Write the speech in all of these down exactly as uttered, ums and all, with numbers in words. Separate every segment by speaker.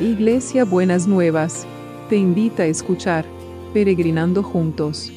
Speaker 1: Iglesia Buenas Nuevas, te invita a escuchar Peregrinando Juntos.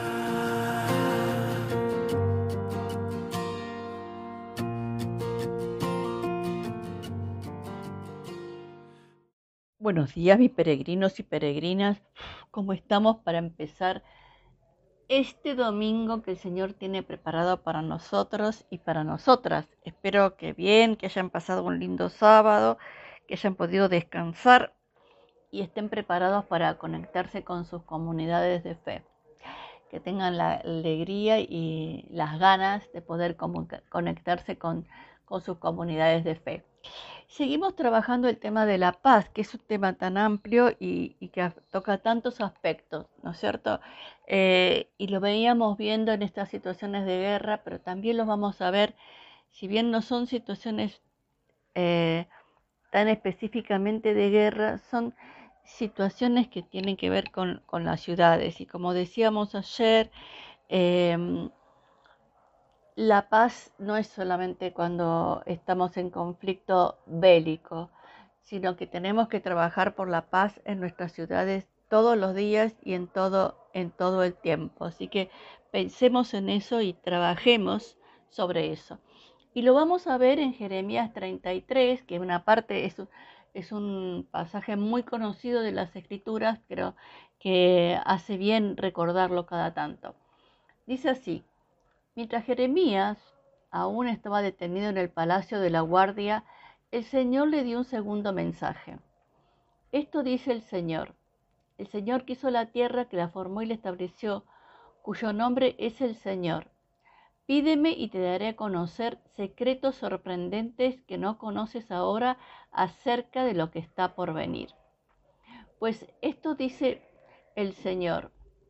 Speaker 2: Buenos días, mis peregrinos y peregrinas. ¿Cómo estamos para empezar este domingo que el Señor tiene preparado para nosotros y para nosotras? Espero que bien, que hayan pasado un lindo sábado, que hayan podido descansar y estén preparados para conectarse con sus comunidades de fe. Que tengan la alegría y las ganas de poder conectarse con, con sus comunidades de fe. Seguimos trabajando el tema de la paz, que es un tema tan amplio y, y que toca tantos aspectos, ¿no es cierto? Eh, y lo veíamos viendo en estas situaciones de guerra, pero también lo vamos a ver, si bien no son situaciones eh, tan específicamente de guerra, son situaciones que tienen que ver con, con las ciudades. Y como decíamos ayer, eh, la paz no es solamente cuando estamos en conflicto bélico, sino que tenemos que trabajar por la paz en nuestras ciudades todos los días y en todo, en todo el tiempo. Así que pensemos en eso y trabajemos sobre eso. Y lo vamos a ver en Jeremías treinta y tres, que una parte es, es un pasaje muy conocido de las Escrituras, pero que hace bien recordarlo cada tanto. Dice así: mientras Jeremías aún estaba detenido en el palacio de la guardia, el Señor le dio un segundo mensaje. Esto dice el Señor: el Señor que hizo la tierra, que la formó y la estableció, cuyo nombre es el Señor. Pídeme y te daré a conocer secretos sorprendentes que no conoces ahora acerca de lo que está por venir. Pues esto dice el Señor,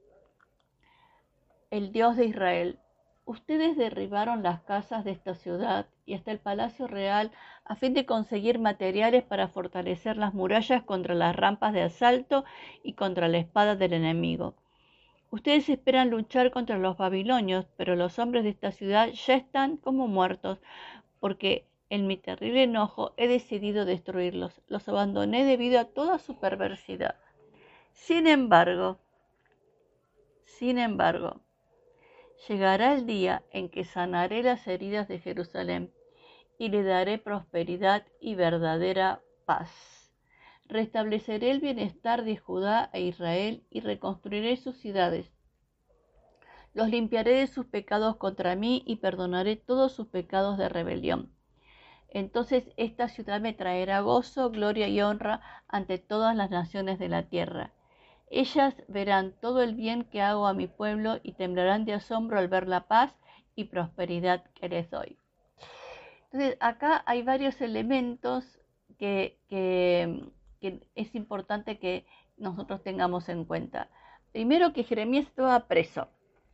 Speaker 2: el Dios de Israel: ustedes derribaron las casas de esta ciudad y hasta el palacio real a fin de conseguir materiales para fortalecer las murallas contra las rampas de asalto y contra la espada del enemigo. Ustedes esperan luchar contra los babilonios, pero los hombres de esta ciudad ya están como muertos, porque en mi terrible enojo he decidido destruirlos. Los abandoné debido a toda su perversidad. Sin embargo, sin embargo, llegará el día en que sanaré las heridas de Jerusalén y le daré prosperidad y verdadera paz. Restableceré el bienestar de Judá e Israel y reconstruiré sus ciudades. Los limpiaré de sus pecados contra mí y perdonaré todos sus pecados de rebelión. Entonces esta ciudad me traerá gozo, gloria y honra ante todas las naciones de la tierra. Ellas verán todo el bien que hago a mi pueblo y temblarán de asombro al ver la paz y prosperidad que les doy. Entonces, acá hay varios elementos que, que, que es importante que nosotros tengamos en cuenta. Primero, que Jeremías estaba preso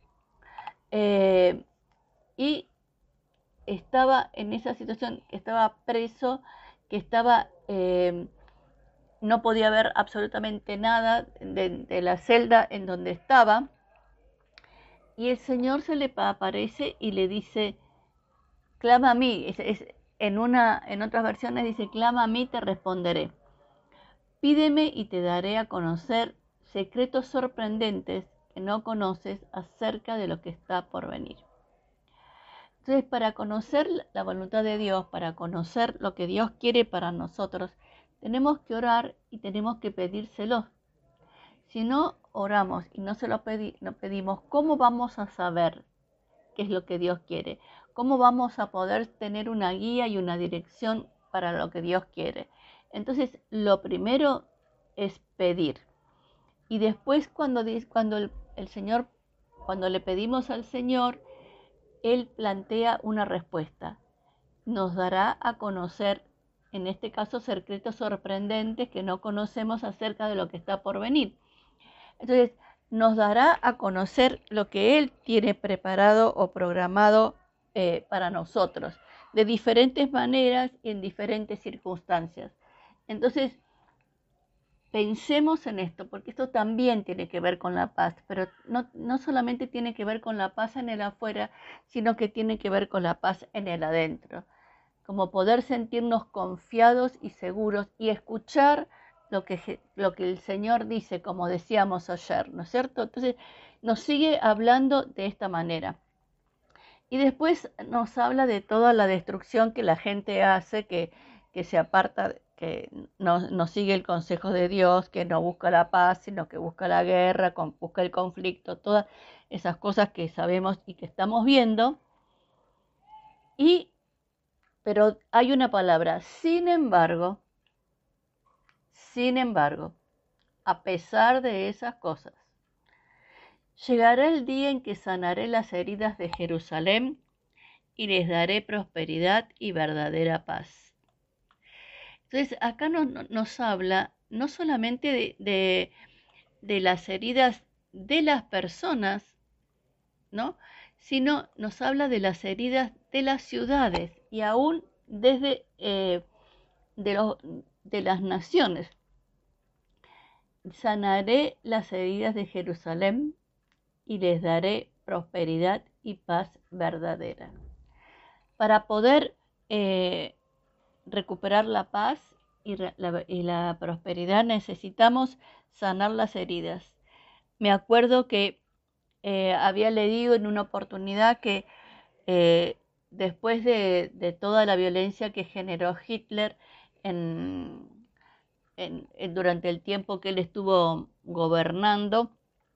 Speaker 2: eh, y estaba en esa situación, estaba preso, que estaba... Eh, no podía ver absolutamente nada de, de la celda en donde estaba, y el Señor se le aparece y le dice: clama a mí. Es, es, en, una, en otras versiones dice: clama a mí, te responderé. Pídeme y te daré a conocer secretos sorprendentes que no conoces acerca de lo que está por venir. Entonces, para conocer la voluntad de Dios, para conocer lo que Dios quiere para nosotros, tenemos que orar y tenemos que pedírselo. Si no oramos y no se lo pedi- no pedimos, ¿cómo vamos a saber qué es lo que Dios quiere? ¿Cómo vamos a poder tener una guía y una dirección para lo que Dios quiere? Entonces, lo primero es pedir. Y después, cuando, cuando el, el Señor, cuando le pedimos al Señor, Él plantea una respuesta. Nos dará a conocer, en este caso, secretos sorprendentes que no conocemos acerca de lo que está por venir. Entonces, nos dará a conocer lo que Él tiene preparado o programado eh, para nosotros, de diferentes maneras y en diferentes circunstancias. Entonces, pensemos en esto, porque esto también tiene que ver con la paz, pero no, no solamente tiene que ver con la paz en el afuera, sino que tiene que ver con la paz en el adentro. Como poder sentirnos confiados y seguros y escuchar lo que, lo que el Señor dice, como decíamos ayer, ¿no es cierto? Entonces nos sigue hablando de esta manera. Y después nos habla de toda la destrucción que la gente hace, que, que se aparta, que no, no sigue el consejo de Dios, que no busca la paz, sino que busca la guerra, con, busca el conflicto, todas esas cosas que sabemos y que estamos viendo. Y, pero hay una palabra, sin embargo, sin embargo, a pesar de esas cosas, llegará el día en que sanaré las heridas de Jerusalén y les daré prosperidad y verdadera paz. Entonces, acá nos, nos habla no solamente de, de, de las heridas de las personas, ¿no? Sino nos habla de las heridas de las ciudades y aún desde eh, de, los, de las naciones. Sanaré las heridas de Jerusalén y les daré prosperidad y paz verdadera. Para poder eh, recuperar la paz y la, y la prosperidad necesitamos sanar las heridas. Me acuerdo que eh, había leído en una oportunidad que eh, después de, de toda la violencia que generó Hitler en, en, en, durante el tiempo que él estuvo gobernando,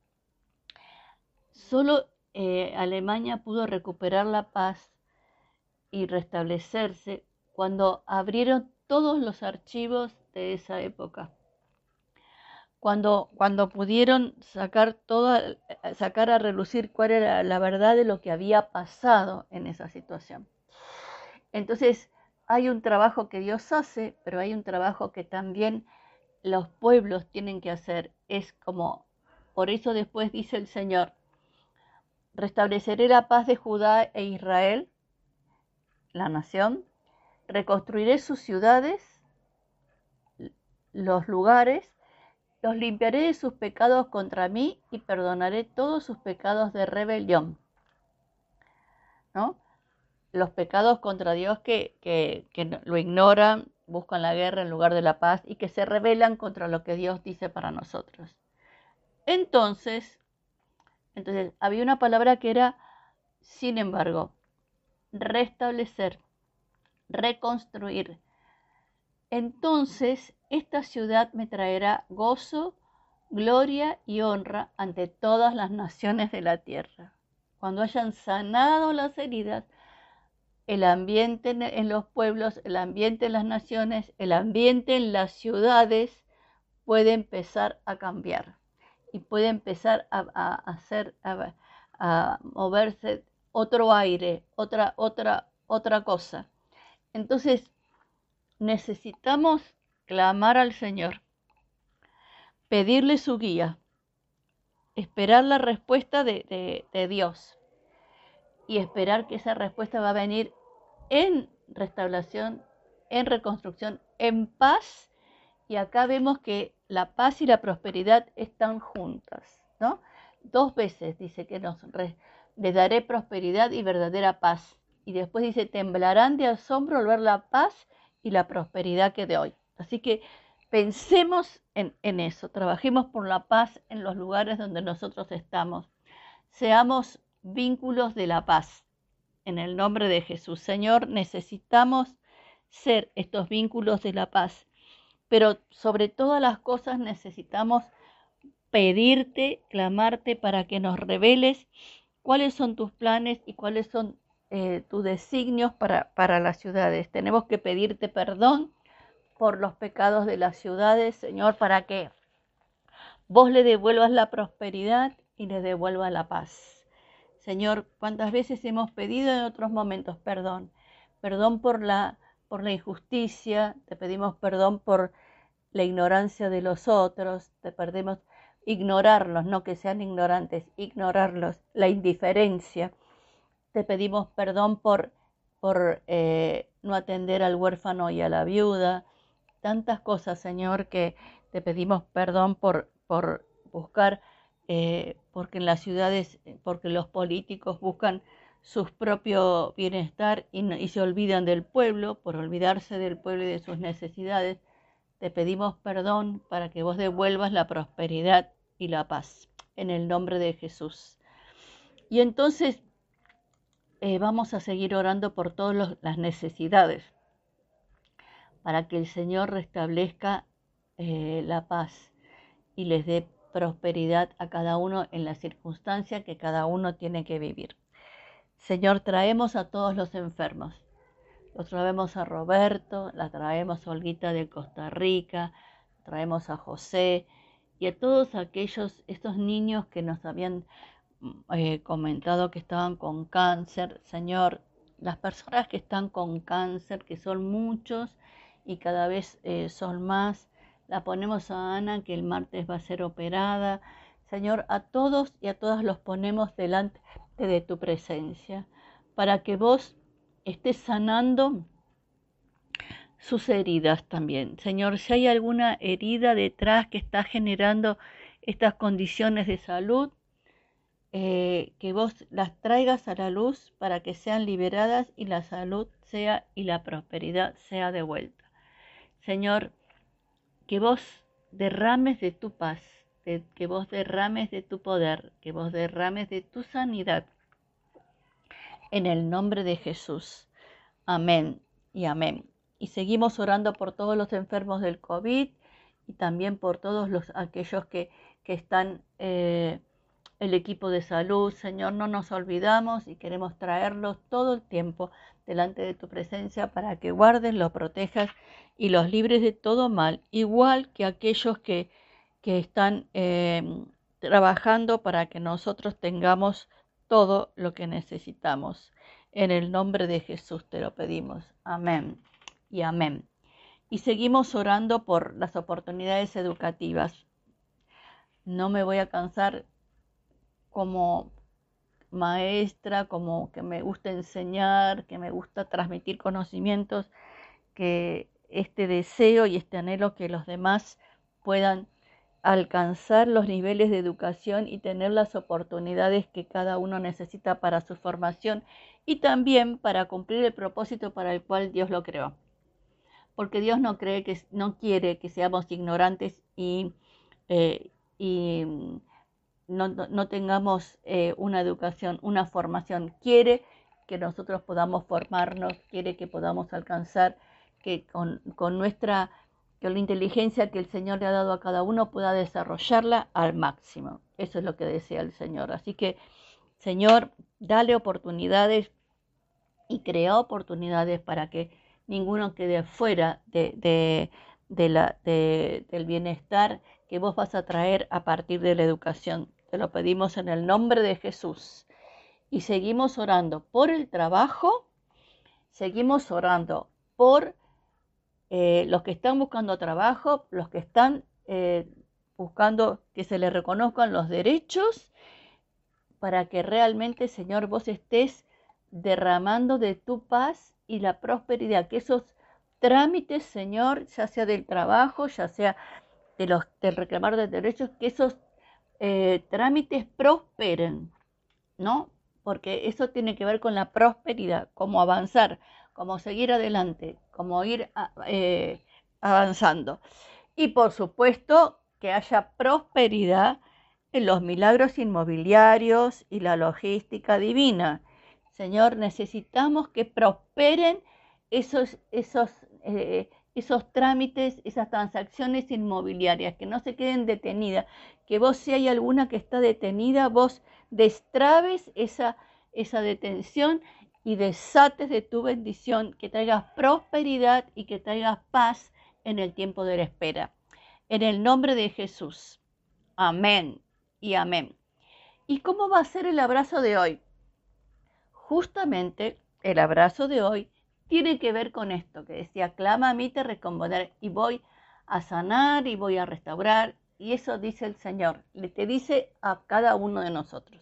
Speaker 2: solo eh, Alemania pudo recuperar la paz y restablecerse cuando abrieron todos los archivos de esa época. Cuando, cuando pudieron sacar, toda, sacar a relucir cuál era la verdad de lo que había pasado en esa situación. Entonces, hay un trabajo que Dios hace, pero hay un trabajo que también los pueblos tienen que hacer. Es como, por eso después dice el Señor, restableceré la paz de Judá e Israel, la nación, reconstruiré sus ciudades, los lugares, los limpiaré de sus pecados contra mí y perdonaré todos sus pecados de rebelión, ¿no? Los pecados contra Dios que, que, que lo ignoran, buscan la guerra en lugar de la paz y que se rebelan contra lo que Dios dice para nosotros. Entonces, entonces había una palabra que era, sin embargo, restablecer, reconstruir. Entonces, esta ciudad me traerá gozo, gloria y honra ante todas las naciones de la tierra. Cuando hayan sanado las heridas, el ambiente en los pueblos, el ambiente en las naciones, el ambiente en las ciudades puede empezar a cambiar y puede empezar a, a hacer, a, a moverse otro aire, otra, otra, otra cosa. Entonces, necesitamos clamar al Señor, pedirle su guía, esperar la respuesta de, de, de Dios y esperar que esa respuesta va a venir en restauración, en reconstrucción, en paz. Y acá vemos que la paz y la prosperidad están juntas, ¿no? Dos veces dice que nos les daré prosperidad y verdadera paz. Y después dice, temblarán de asombro al ver la paz y la prosperidad que doy. Así que pensemos en, en eso, trabajemos por la paz en los lugares donde nosotros estamos. Seamos vínculos de la paz. En el nombre de Jesús. Señor, necesitamos ser estos vínculos de la paz. Pero sobre todas las cosas necesitamos pedirte, clamarte para que nos reveles cuáles son tus planes y cuáles son eh, tus designios para, para las ciudades. Tenemos que pedirte perdón por los pecados de las ciudades, Señor, para que vos le devuelvas la prosperidad y le devuelvas la paz. Señor, cuántas veces hemos pedido en otros momentos perdón, perdón por la, por la injusticia, te pedimos perdón por la ignorancia de los otros, te pedimos ignorarlos, no que sean ignorantes, ignorarlos, la indiferencia. Te pedimos perdón por, por eh, no atender al huérfano y a la viuda. Tantas cosas, Señor, que te pedimos perdón por, por buscar, eh, porque en las ciudades, porque los políticos buscan su propio bienestar y, no, y se olvidan del pueblo, por olvidarse del pueblo y de sus necesidades. te pedimos perdón para que vos devuelvas la prosperidad y la paz, en el nombre de Jesús. Y entonces eh, vamos a seguir orando por todas los, las necesidades, para que el Señor restablezca eh, la paz y les dé prosperidad a cada uno en la circunstancia que cada uno tiene que vivir. Señor, traemos a todos los enfermos. Los traemos a Roberto, la traemos a Olguita de Costa Rica, traemos a José y a todos aquellos, estos niños que nos habían eh, comentado que estaban con cáncer. Señor, las personas que están con cáncer, que son muchos y cada vez eh, son más, la ponemos a Ana, que el martes va a ser operada. Señor, a todos y a todas los ponemos delante de tu presencia, para que vos estés sanando sus heridas también. Señor, si hay alguna herida detrás que está generando estas condiciones de salud, eh, que vos las traigas a la luz para que sean liberadas y la salud sea y la prosperidad sea de vuelta. Señor, que vos derrames de tu paz, de, que vos derrames de tu poder, que vos derrames de tu sanidad. En el nombre de Jesús. Amén y amén. Y seguimos orando por todos los enfermos del COVID y también por todos los, aquellos que, que están, eh, el equipo de salud. Señor, no nos olvidamos y queremos traerlos todo el tiempo delante de tu presencia para que guardes, los protejas y los libres de todo mal, igual que aquellos que, que están eh, trabajando para que nosotros tengamos todo lo que necesitamos. En el nombre de Jesús te lo pedimos. Amén y amén. Y seguimos orando por las oportunidades educativas. No me voy a cansar como maestra, como que me gusta enseñar, que me gusta transmitir conocimientos, que este deseo y este anhelo que los demás puedan alcanzar los niveles de educación y tener las oportunidades que cada uno necesita para su formación y también para cumplir el propósito para el cual Dios lo creó. Porque Dios no, cree que, no quiere que seamos ignorantes y, eh, y no, no tengamos eh, una educación, una formación. Quiere que nosotros podamos formarnos, quiere que podamos alcanzar, que con, con nuestra que la inteligencia que el Señor le ha dado a cada uno pueda desarrollarla al máximo. Eso es lo que desea el Señor. Así que, Señor, dale oportunidades y crea oportunidades para que ninguno quede fuera de, de, de la, de, del bienestar que vos vas a traer a partir de la educación. Te lo pedimos en el nombre de Jesús. Y seguimos orando por el trabajo, seguimos orando por Eh, los que están buscando trabajo, los que están eh, buscando que se les reconozcan los derechos, para que realmente, Señor, vos estés derramando de tu paz y la prosperidad, que esos trámites, Señor, ya sea del trabajo, ya sea de los, del reclamar de derechos, que esos eh, trámites prosperen, ¿no? Porque eso tiene que ver con la prosperidad, cómo avanzar, cómo seguir adelante, cómo ir eh, avanzando. Y por supuesto que haya prosperidad en los milagros inmobiliarios y la logística divina. Señor, necesitamos que prosperen esos, esos, eh, esos trámites, esas transacciones inmobiliarias, que no se queden detenidas, que vos, si hay alguna que está detenida, vos destrabes esa, esa detención y desates de tu bendición, que traigas prosperidad y que traigas paz en el tiempo de la espera. En el nombre de Jesús. Amén y amén. ¿Y cómo va a ser el abrazo de hoy? Justamente el abrazo de hoy tiene que ver con esto, que decía, clama a mí, te responderé, y voy a sanar y voy a restaurar. Y eso dice el Señor, le te dice a cada uno de nosotros.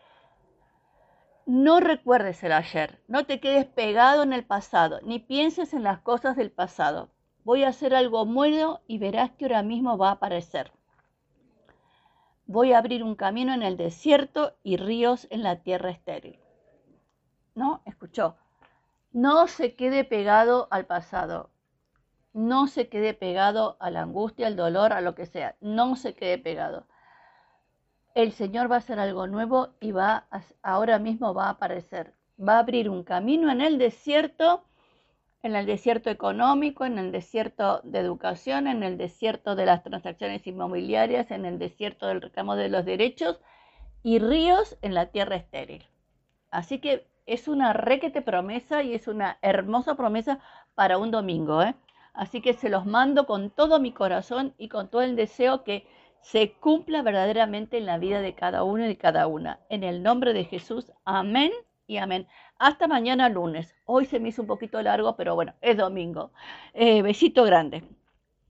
Speaker 2: No recuerdes el ayer, no te quedes pegado en el pasado, ni pienses en las cosas del pasado. Voy a hacer algo bueno y verás que ahora mismo va a aparecer. Voy a abrir un camino en el desierto y ríos en la tierra estéril. ¿No? ¿Escuchó? No se quede pegado al pasado. no se quede pegado a la angustia, al dolor, a lo que sea. No se quede pegado. El Señor va a hacer algo nuevo y va a, ahora mismo va a aparecer. Va a abrir un camino en el desierto, en el desierto económico, en el desierto de educación, en el desierto de las transacciones inmobiliarias, en el desierto del reclamo de los derechos y ríos en la tierra estéril. Así que es una requete promesa y es una hermosa promesa para un domingo, ¿eh? Así que se los mando con todo mi corazón y con todo el deseo que se cumpla verdaderamente en la vida de cada uno y de cada una. En el nombre de Jesús, amén y amén. Hasta mañana lunes. Hoy se me hizo un poquito largo, pero bueno, es domingo. Eh, besito grande.